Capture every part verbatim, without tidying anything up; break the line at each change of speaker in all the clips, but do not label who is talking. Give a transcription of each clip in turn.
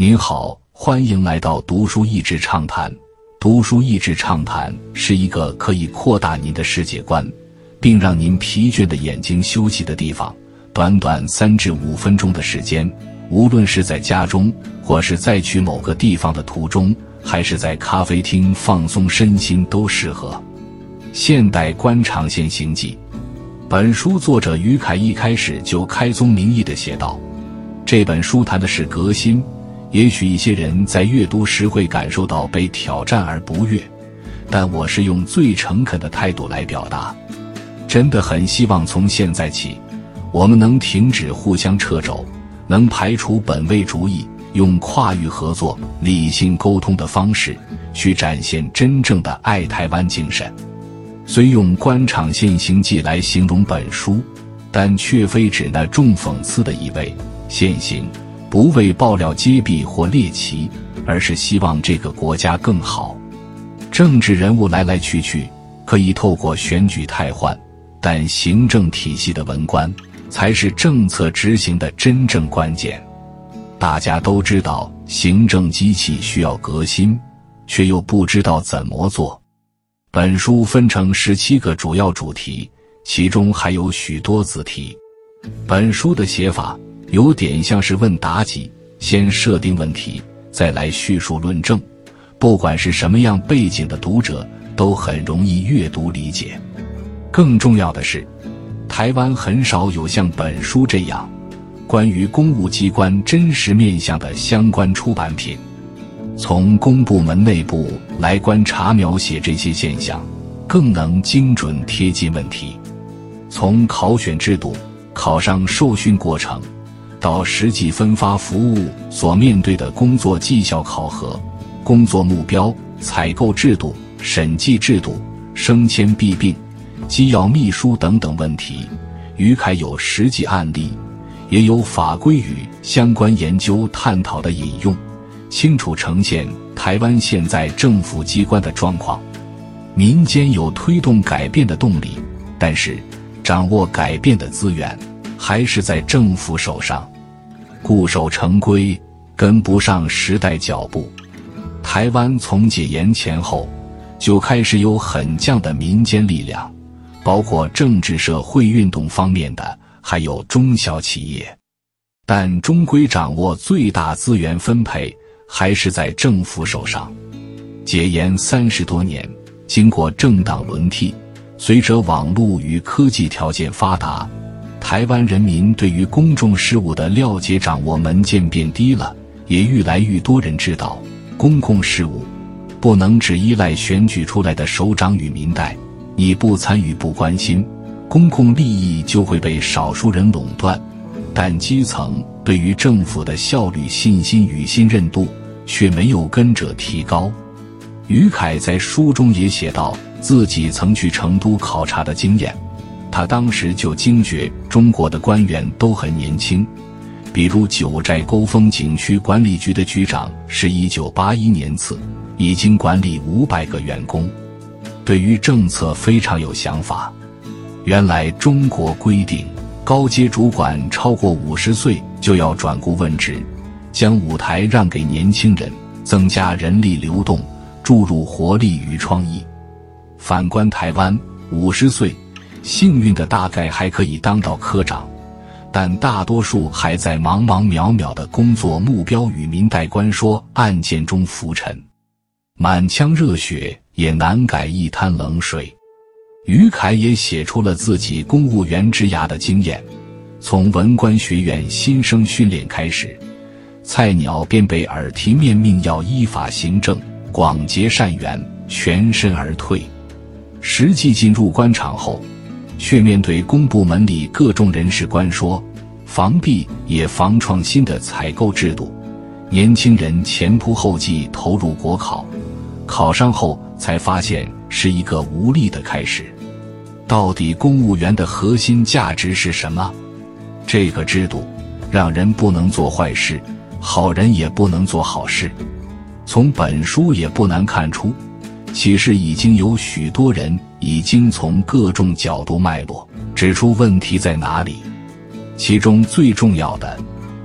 您好，欢迎来到读书益智畅谈。读书益智畅谈是一个可以扩大您的世界观，并让您疲倦的眼睛休息的地方。短短三至五分钟的时间，无论是在家中，或是在去某个地方的途中，还是在咖啡厅放松身心都适合。现代官场现行记，本书作者于凯一开始就开宗明义地写道，这本书谈的是革新，也许一些人在阅读时会感受到被挑战而不悦，但我是用最诚恳的态度来表达。真的很希望从现在起，我们能停止互相掣肘，能排除本位主义，用跨域合作、理性沟通的方式去展现真正的爱台湾精神。虽用官场现行记来形容本书，但却非指那重讽刺的意味。现行不为爆料揭弊或猎奇，而是希望这个国家更好。政治人物来来去去，可以透过选举汰换，但行政体系的文官才是政策执行的真正关键。大家都知道行政机器需要革新，却又不知道怎么做。本书分成十七个主要主题，其中还有许多子题。本书的写法有点像是问答集，先设定问题，再来叙述论证，不管是什么样背景的读者都很容易阅读理解。更重要的是，台湾很少有像本书这样关于公务机关真实面向的相关出版品。从公部门内部来观察描写这些现象，更能精准贴近问题。从考选制度、考上受训过程，到实际分发服务所面对的工作绩效考核、工作目标、采购制度、审计制度、升迁弊病、机要秘书等等问题，于凯有实际案例，也有法规与相关研究探讨的引用，清楚呈现台湾现在政府机关的状况。民间有推动改变的动力，但是掌握改变的资源还是在政府手上，固守成规，跟不上时代脚步。台湾从解严前后就开始有很强的民间力量，包括政治社会运动方面的，还有中小企业，但终归掌握最大资源分配还是在政府手上。解严三十多年，经过政党轮替，随着网络与科技条件发达，台湾人民对于公众事务的了解掌握门槛变低了，也愈来愈多人知道，公共事务不能只依赖选举出来的首长与民代，你不参与不关心，公共利益就会被少数人垄断。但基层对于政府的效率、信心与信任度却没有跟着提高。于凯在书中也写到自己曾去成都考察的经验，他当时就惊觉中国的官员都很年轻，比如九寨沟风景区管理局的局长是一九八一年次，已经管理五百个员工，对于政策非常有想法。原来中国规定高阶主管超过五十岁就要转顾问职，将舞台让给年轻人，增加人力流动，注入活力与创意。反观台湾，五十岁幸运的大概还可以当到科长，但大多数还在茫茫渺渺的工作目标与民代官说案件中浮沉，满腔热血也难改一滩冷水。于凯也写出了自己公务员职涯的经验，从文官学院新生训练开始，菜鸟便被耳提面命要依法行政，广结善缘，全身而退。实际进入官场后，却面对公部门里各种人事官说、防弊也防创新的采购制度，年轻人前仆后继投入国考，考上后才发现是一个无力的开始。到底公务员的核心价值是什么？这个制度让人不能做坏事，好人也不能做好事。从本书也不难看出，其实已经有许多人已经从各种角度脉络指出问题在哪里。其中最重要的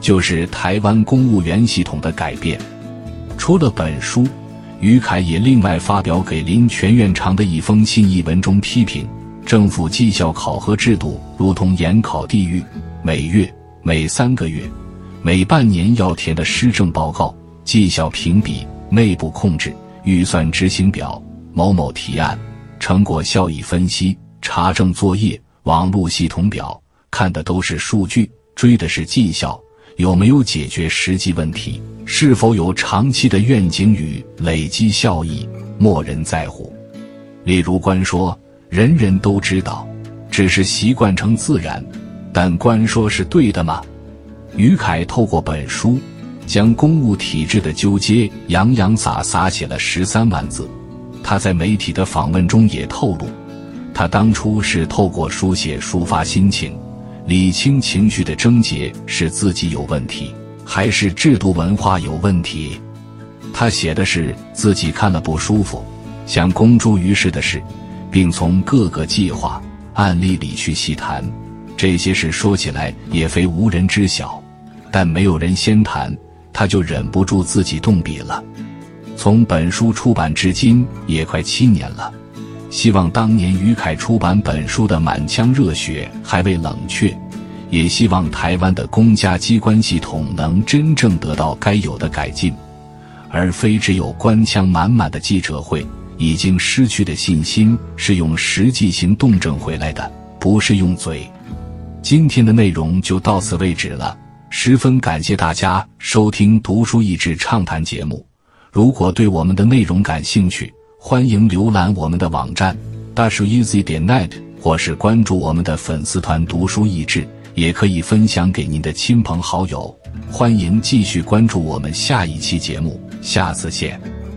就是台湾公务员系统的改变。除了本书，于凯也另外发表给林全院长的一封信，一文中批评政府绩效考核制度如同严考地狱，每月、每三个月、每半年要填的施政报告、绩效评比、内部控制、预算执行表、某某提案、成果效益分析、查证作业、网络系统表，看的都是数据，追的是绩效，有没有解决实际问题，是否有长期的愿景与累积效益，没人在乎。例如官说，人人都知道，只是习惯成自然，但官说是对的吗？于凯透过本书将公务体制的纠结洋洋洒洒写了十三万字。他在媒体的访问中也透露，他当初是透过书写抒发心情，理清情绪的症结是自己有问题，还是制度文化有问题。他写的是自己看了不舒服，想公诸于世的事，并从各个计划案例里去细谈。这些事说起来也非无人知晓，但没有人先谈，他就忍不住自己动笔了。从本书出版至今也快七年了，希望当年于凯出版本书的满腔热血还未冷却，也希望台湾的公家机关系统能真正得到该有的改进，而非只有官腔满满的记者会。已经失去的信心是用实际行动挣回来的，不是用嘴。今天的内容就到此为止了，十分感谢大家收听读书益智畅谈节目。如果对我们的内容感兴趣，欢迎浏览我们的网站 dash easy 点 net， 或是关注我们的粉丝团读书益智，也可以分享给您的亲朋好友。欢迎继续关注我们下一期节目，下次见。